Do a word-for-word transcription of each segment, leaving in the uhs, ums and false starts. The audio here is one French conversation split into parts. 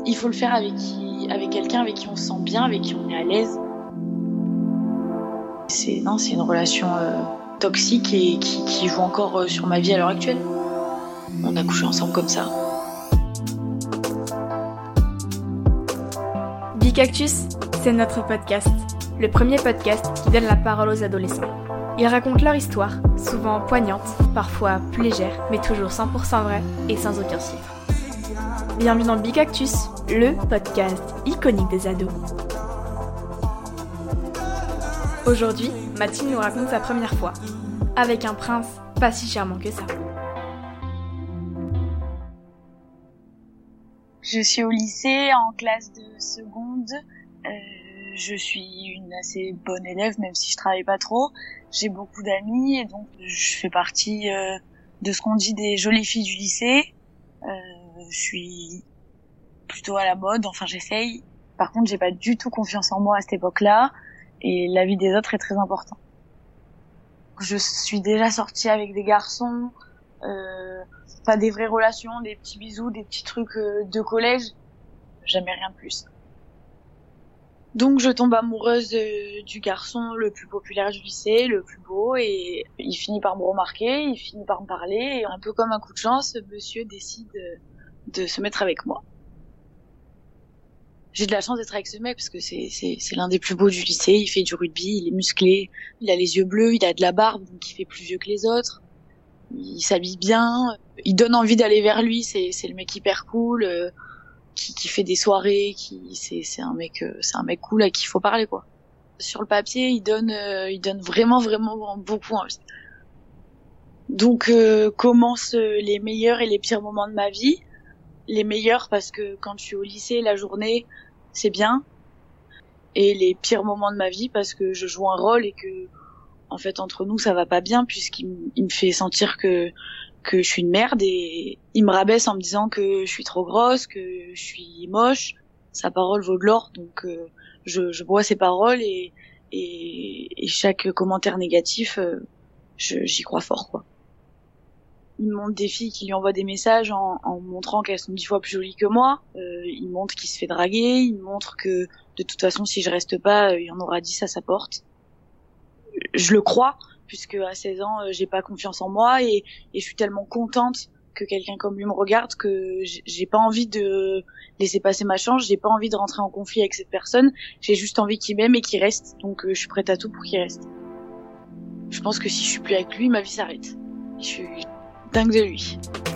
Il faut le faire avec qui, avec quelqu'un avec qui on se sent bien, avec qui on est à l'aise. C'est non, c'est une relation euh, toxique et qui, qui joue encore euh, sur ma vie à l'heure actuelle. On a couché ensemble comme ça. Bicactus, c'est notre podcast, le premier podcast qui donne la parole aux adolescents. Ils racontent leur histoire, souvent poignante, parfois plus légère, mais toujours cent pour cent vraie et sans aucun filtre. Bienvenue dans Bicactus, le podcast iconique des ados. Aujourd'hui, Mathilde nous raconte sa première fois, avec un prince pas si charmant que ça. Je suis au lycée, en classe de seconde. Euh, je suis une assez bonne élève, même si je travaille pas trop. J'ai beaucoup d'amis et donc je fais partie euh, de ce qu'on dit des jolies filles du lycée. Euh, je suis plutôt à la mode, enfin j'essaye. Par contre, j'ai pas du tout confiance en moi à cette époque-là et l'avis des autres est très important. Je suis déjà sortie avec des garçons, euh, pas des vraies relations, des petits bisous, des petits trucs euh, de collège, jamais rien de plus. Donc je tombe amoureuse euh, du garçon le plus populaire du lycée, le plus beau, et il finit par me remarquer, il finit par me parler, et un peu comme un coup de chance, monsieur décide euh, de se mettre avec moi. J'ai de la chance d'être avec ce mec parce que c'est, c'est, c'est l'un des plus beaux du lycée, il fait du rugby, il est musclé, il a les yeux bleus, il a de la barbe, donc il fait plus vieux que les autres, il s'habille bien, il donne envie d'aller vers lui, c'est, c'est le mec hyper cool, euh, qui, qui fait des soirées, qui, c'est, c'est un mec, euh, c'est un mec cool à qui il faut parler, quoi. Sur le papier, il donne, euh, il donne vraiment, vraiment beaucoup envie. Donc, euh, commencent les meilleurs et les pires moments de ma vie. Les meilleurs parce que quand je suis au lycée, la journée, c'est bien. Et les pires moments de ma vie parce que je joue un rôle et que, en fait, entre nous, ça va pas bien puisqu'il m- il me fait sentir que, que je suis une merde et il me rabaisse en me disant que je suis trop grosse, que je suis moche. Sa parole vaut de l'or, donc euh, je, je bois ses paroles et, et, et chaque commentaire négatif, euh, je, j'y crois fort, quoi. Il montre des filles qui lui envoient des messages en, en montrant qu'elles sont dix fois plus jolies que moi. Euh, il montre qu'il se fait draguer. Il montre que de toute façon, si je reste pas, il y en aura dix à sa porte. Je le crois, puisque à seize ans, j'ai pas confiance en moi et, et je suis tellement contente que quelqu'un comme lui me regarde que j'ai pas envie de laisser passer ma chance. J'ai pas envie de rentrer en conflit avec cette personne. J'ai juste envie qu'il m'aime et qu'il reste. Donc je suis prête à tout pour qu'il reste. Je pense que si je suis plus avec lui, ma vie s'arrête. Je suis dingue de lui.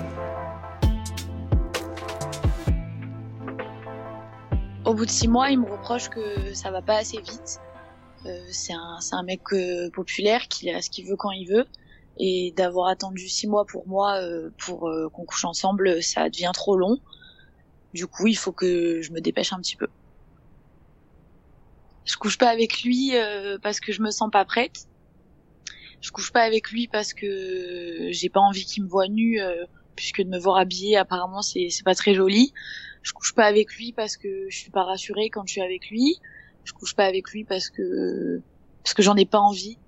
Au bout de six mois, il me reproche que ça va pas assez vite. Euh, c'est un, c'est un mec euh, populaire qui a ce qu'il veut quand il veut. Et d'avoir attendu six mois pour moi, euh, pour euh, qu'on couche ensemble, ça devient trop long. Du coup, il faut que je me dépêche un petit peu. Je couche pas avec lui euh, parce que je me sens pas prête. Je couche pas avec lui parce que j'ai pas envie qu'il me voie nue, euh, puisque de me voir habillée, apparemment, c'est, c'est pas très joli. Je couche pas avec lui parce que je suis pas rassurée quand je suis avec lui. Je couche pas avec lui parce que parce que j'en ai pas envie.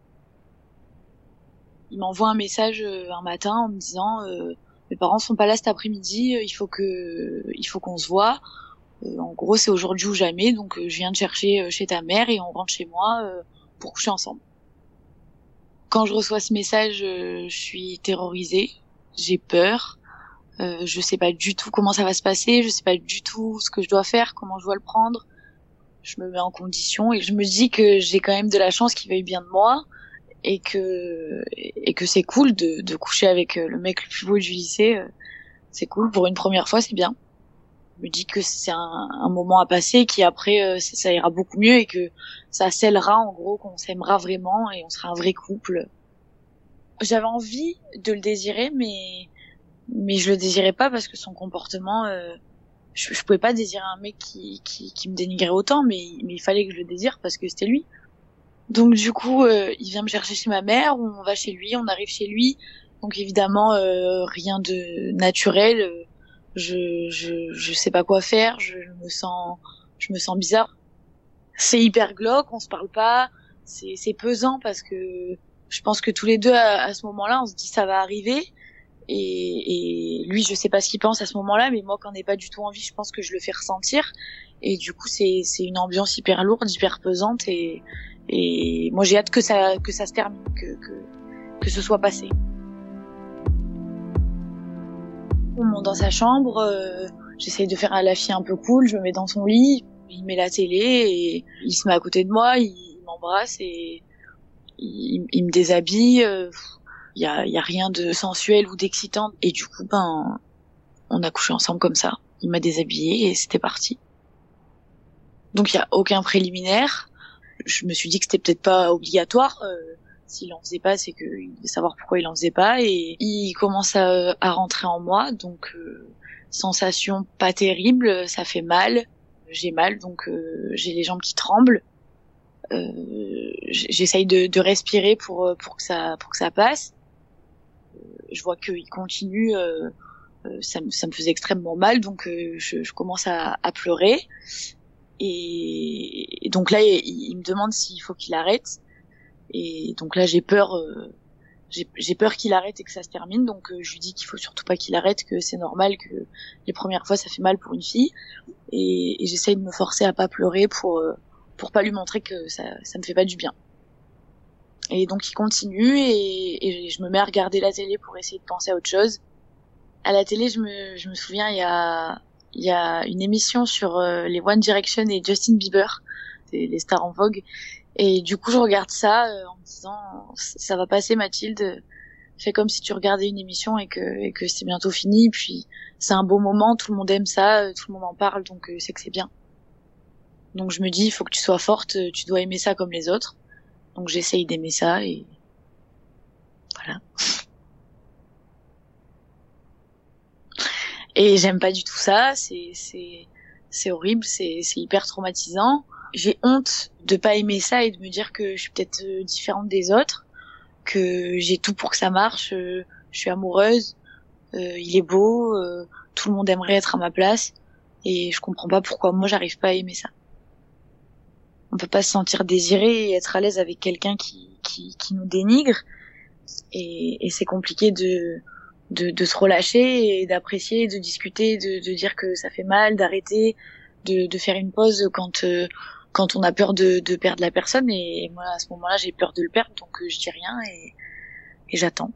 Il m'envoie un message euh, un matin en me disant euh, mes parents sont pas là cet après-midi, euh, il faut que il faut qu'on se voit. Euh, en gros, c'est aujourd'hui ou jamais, donc euh, je viens te chercher euh, chez ta mère et on rentre chez moi euh, pour coucher ensemble. Quand je reçois ce message, euh, je suis terrorisée, j'ai peur, euh, je sais pas du tout comment ça va se passer, je sais pas du tout ce que je dois faire, comment je dois le prendre. Je me mets en condition et je me dis que j'ai quand même de la chance qu'il veuille bien de moi et que et que c'est cool de, de coucher avec le mec le plus beau du lycée. C'est cool pour une première fois, c'est bien. Je me dis que c'est un, un moment à passer, qui après ça, ça ira beaucoup mieux et que ça scellera en gros qu'on s'aimera vraiment et on sera un vrai couple. J'avais envie de le désirer, mais mais je le désirais pas parce que son comportement, euh, je, je pouvais pas désirer un mec qui qui, qui me dénigrait autant, mais mais il fallait que je le désire parce que c'était lui. Donc du coup, euh, il vient me chercher chez ma mère, on va chez lui, on arrive chez lui. Donc évidemment, euh, rien de naturel. Euh, je je je sais pas quoi faire. Je me sens je me sens bizarre. C'est hyper glauque, on se parle pas. C'est c'est pesant parce que je pense que tous les deux à, à ce moment-là, on se dit ça va arriver Et, et lui, je sais pas ce qu'il pense à ce moment-là, mais moi, quand on n'est pas du tout envie, je pense que je le fais ressentir. Et du coup, c'est, c'est une ambiance hyper lourde, hyper pesante, et, et moi, j'ai hâte que ça, que ça se termine, que, que, que ce soit passé. On monte dans sa chambre, euh, j'essaye de faire la fille un peu cool, je me mets dans son lit, il met la télé, et il se met à côté de moi, il, il m'embrasse, et il, il me déshabille, euh, il y a, y a rien de sensuel ou d'excitant, et du coup, ben, on a couché ensemble comme ça. Il m'a déshabillée et c'était parti. Donc il y a aucun préliminaire. Je me suis dit que c'était peut-être pas obligatoire. Euh, s'il en faisait pas, c'est qu'il devait savoir pourquoi il en faisait pas. Et il commence à, à rentrer en moi, donc euh, sensation pas terrible, ça fait mal. J'ai mal, donc euh, j'ai les jambes qui tremblent. Euh, j'essaye de, de respirer pour pour que ça pour que ça passe. Je vois qu'il continue, euh, euh, ça, me, ça me faisait extrêmement mal, donc euh, je, je commence à, à pleurer. Et, et donc là, il, il me demande s'il faut qu'il arrête. Et donc là, j'ai peur, euh, j'ai, j'ai peur qu'il arrête et que ça se termine. Donc euh, je lui dis qu'il faut surtout pas qu'il arrête, que c'est normal, que les premières fois ça fait mal pour une fille. Et, et j'essaye de me forcer à pas pleurer pour euh, pour pas lui montrer que ça, ça me fait pas du bien. Et donc il continue et, et je me mets à regarder la télé pour essayer de penser à autre chose. À la télé, je me, je me souviens, il y a, il y a une émission sur euh, les One Direction et Justin Bieber, c'est les stars en vogue. Et du coup, je regarde ça euh, en me disant, ça va passer Mathilde, fais comme si tu regardais une émission et que, et que c'est bientôt fini. Puis c'est un beau moment, tout le monde aime ça, tout le monde en parle, donc euh, c'est que c'est bien. Donc je me dis, il faut que tu sois forte, tu dois aimer ça comme les autres. Donc j'essaye d'aimer ça et voilà. Et j'aime pas du tout ça, c'est c'est c'est horrible, c'est c'est hyper traumatisant. J'ai honte de pas aimer ça et de me dire que je suis peut-être différente des autres, que j'ai tout pour que ça marche, euh, je suis amoureuse, euh, il est beau, euh, tout le monde aimerait être à ma place et je comprends pas pourquoi moi j'arrive pas à aimer ça. On peut pas se sentir désiré et être à l'aise avec quelqu'un qui, qui, qui nous dénigre. Et, et c'est compliqué de, de, de se relâcher et d'apprécier, de discuter, de, de dire que ça fait mal, d'arrêter, de, de faire une pause quand, euh, quand on a peur de, de perdre la personne. Et moi, à ce moment-là, j'ai peur de le perdre, donc euh, je dis rien et, et j'attends.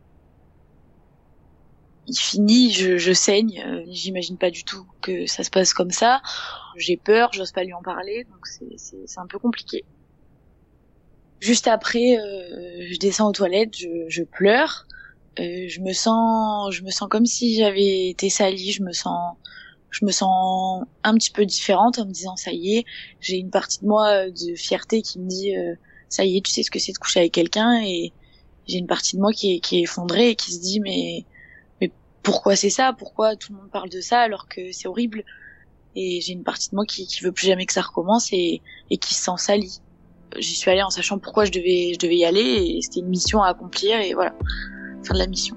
Il finit, je, je saigne, euh, j'imagine pas du tout que ça se passe comme ça. J'ai peur, j'ose pas lui en parler, donc c'est, c'est, c'est un peu compliqué. Juste après, euh, je descends aux toilettes, je, je pleure, euh, je me sens, je me sens comme si j'avais été salie, je me sens, je me sens un petit peu différente en me disant ça y est, j'ai une partie de moi de fierté qui me dit euh, ça y est, tu sais ce que c'est de coucher avec quelqu'un, et j'ai une partie de moi qui est, qui est effondrée et qui se dit mais pourquoi c'est ça, pourquoi tout le monde parle de ça alors que c'est horrible. Et j'ai une partie de moi qui, qui veut plus jamais que ça recommence et, et qui se sent salie. J'y suis allée en sachant pourquoi je devais, je devais y aller et c'était une mission à accomplir et voilà, fin de la mission.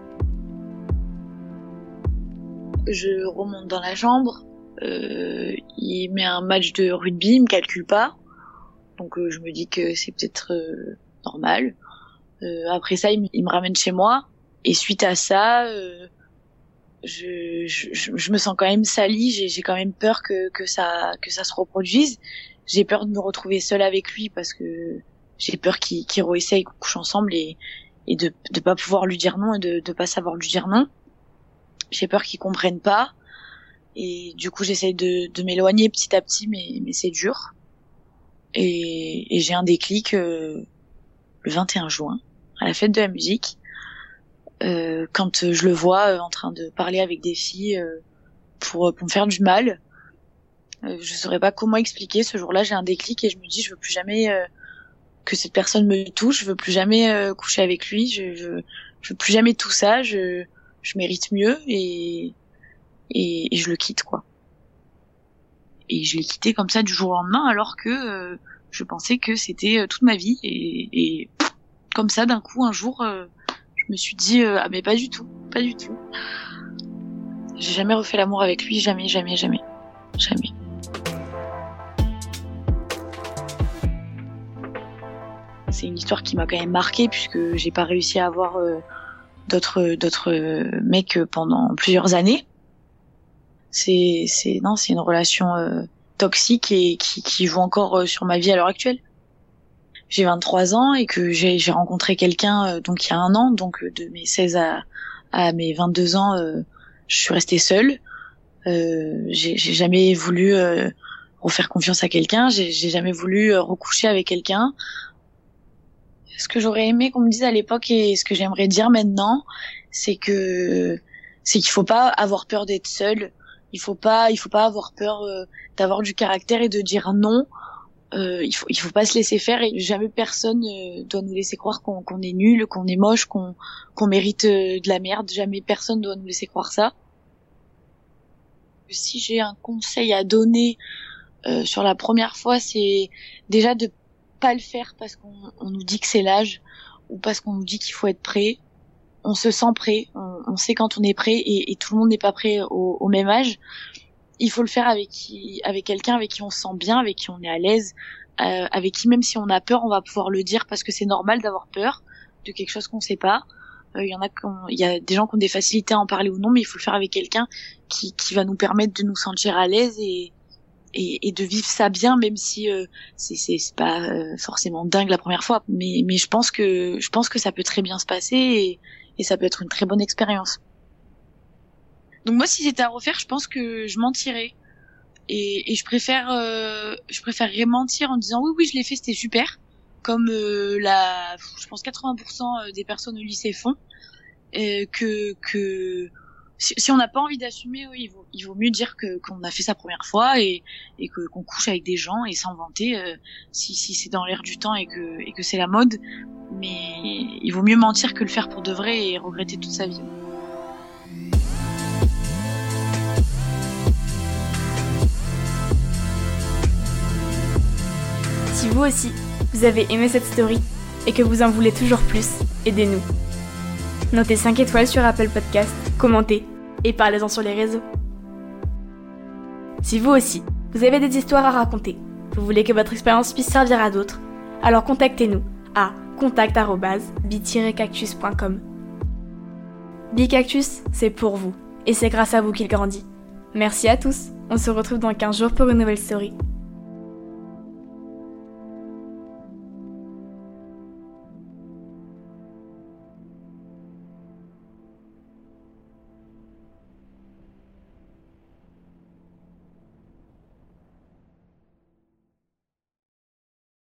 Je remonte dans la chambre, euh, il met un match de rugby, il me calcule pas, donc euh, je me dis que c'est peut-être euh, normal. Euh, après ça, il, il me ramène chez moi. Et suite à ça, euh, je, je, je me sens quand même salie. J'ai, j'ai quand même peur que, que ça, que ça se reproduise. J'ai peur de me retrouver seule avec lui parce que j'ai peur qu'il, qu'il réessaye qu'on couche ensemble et, et de, de pas pouvoir lui dire non et de, de pas savoir lui dire non. J'ai peur qu'il comprenne pas. Et du coup, j'essaye de, de m'éloigner petit à petit, mais, mais c'est dur. Et, et j'ai un déclic euh, le vingt et un juin à la fête de la musique. Euh, quand je le vois euh, en train de parler avec des filles euh, pour, pour me faire du mal, euh, je saurais pas comment expliquer. Ce jour-là, j'ai un déclic et je me dis je veux plus jamais euh, que cette personne me touche, je veux plus jamais euh, coucher avec lui, je, je, je veux plus jamais tout ça, je, je mérite mieux et, et, et je le quitte quoi. Et je l'ai quitté comme ça du jour au lendemain alors que euh, je pensais que c'était euh, toute ma vie et, et pff, comme ça d'un coup un jour. Euh, Je me suis dit euh, ah mais pas du tout, pas du tout. J'ai jamais refait l'amour avec lui, jamais, jamais, jamais, jamais. C'est une histoire qui m'a quand même marquée puisque j'ai pas réussi à avoir euh, d'autres d'autres mecs pendant plusieurs années. C'est c'est non, c'est une relation euh, toxique et qui qui joue encore sur ma vie à l'heure actuelle. J'ai vingt-trois ans et que j'ai j'ai rencontré quelqu'un euh, donc il y a un an, donc de mes seize à à mes vingt-deux ans, euh, je suis restée seule. Euh, j'ai j'ai jamais voulu euh, refaire confiance à quelqu'un, j'ai j'ai jamais voulu euh, recoucher avec quelqu'un. Ce que j'aurais aimé qu'on me dise à l'époque et ce que j'aimerais dire maintenant, c'est que c'est qu'il faut pas avoir peur d'être seul. Il faut pas, il faut pas avoir peur euh, d'avoir du caractère et de dire non. Euh, il faut, il faut pas se laisser faire et jamais personne euh, doit nous laisser croire qu'on, qu'on est nul, qu'on est moche, qu'on, qu'on mérite euh, de la merde. Jamais personne doit nous laisser croire ça. Si j'ai un conseil à donner euh, sur la première fois, c'est déjà de pas le faire parce qu'on on nous dit que c'est l'âge ou parce qu'on nous dit qu'il faut être prêt. On se sent prêt, on, on sait quand on est prêt et, et tout le monde n'est pas prêt au, au même âge. Il faut le faire avec qui, avec quelqu'un avec qui on se sent bien, avec qui on est à l'aise, euh, avec qui même si on a peur, on va pouvoir le dire parce que c'est normal d'avoir peur de quelque chose qu'on sait pas. Il euh, y en a, il y a des gens qui ont des facilités à en parler ou non, mais il faut le faire avec quelqu'un qui, qui va nous permettre de nous sentir à l'aise et, et, et de vivre ça bien, même si euh, c'est, c'est, c'est pas euh, forcément dingue la première fois. Mais, mais je pense que, je pense que ça peut très bien se passer et, et ça peut être une très bonne expérience. Donc moi, si c'était à refaire, je pense que je mentirais et, et je préfère, euh, je préférerais mentir en disant oui, oui, je l'ai fait, c'était super, comme euh, la, je pense quatre-vingts pour cent des personnes au lycée font, euh, que que si, si on n'a pas envie d'assumer, oui, il vaut, il vaut mieux dire que qu'on a fait sa première fois et et que qu'on couche avec des gens et s'en vanter euh, si si c'est dans l'air du temps et que et que c'est la mode, mais il vaut mieux mentir que le faire pour de vrai et regretter toute sa vie. Si vous aussi, vous avez aimé cette story et que vous en voulez toujours plus, aidez-nous. Notez cinq étoiles sur Apple Podcast, commentez et parlez-en sur les réseaux. Si vous aussi, vous avez des histoires à raconter, vous voulez que votre expérience puisse servir à d'autres, alors contactez-nous à contact arobase bi tiret cactus point com. Bicactus, c'est pour vous et c'est grâce à vous qu'il grandit. Merci à tous, on se retrouve dans quinze jours pour une nouvelle story.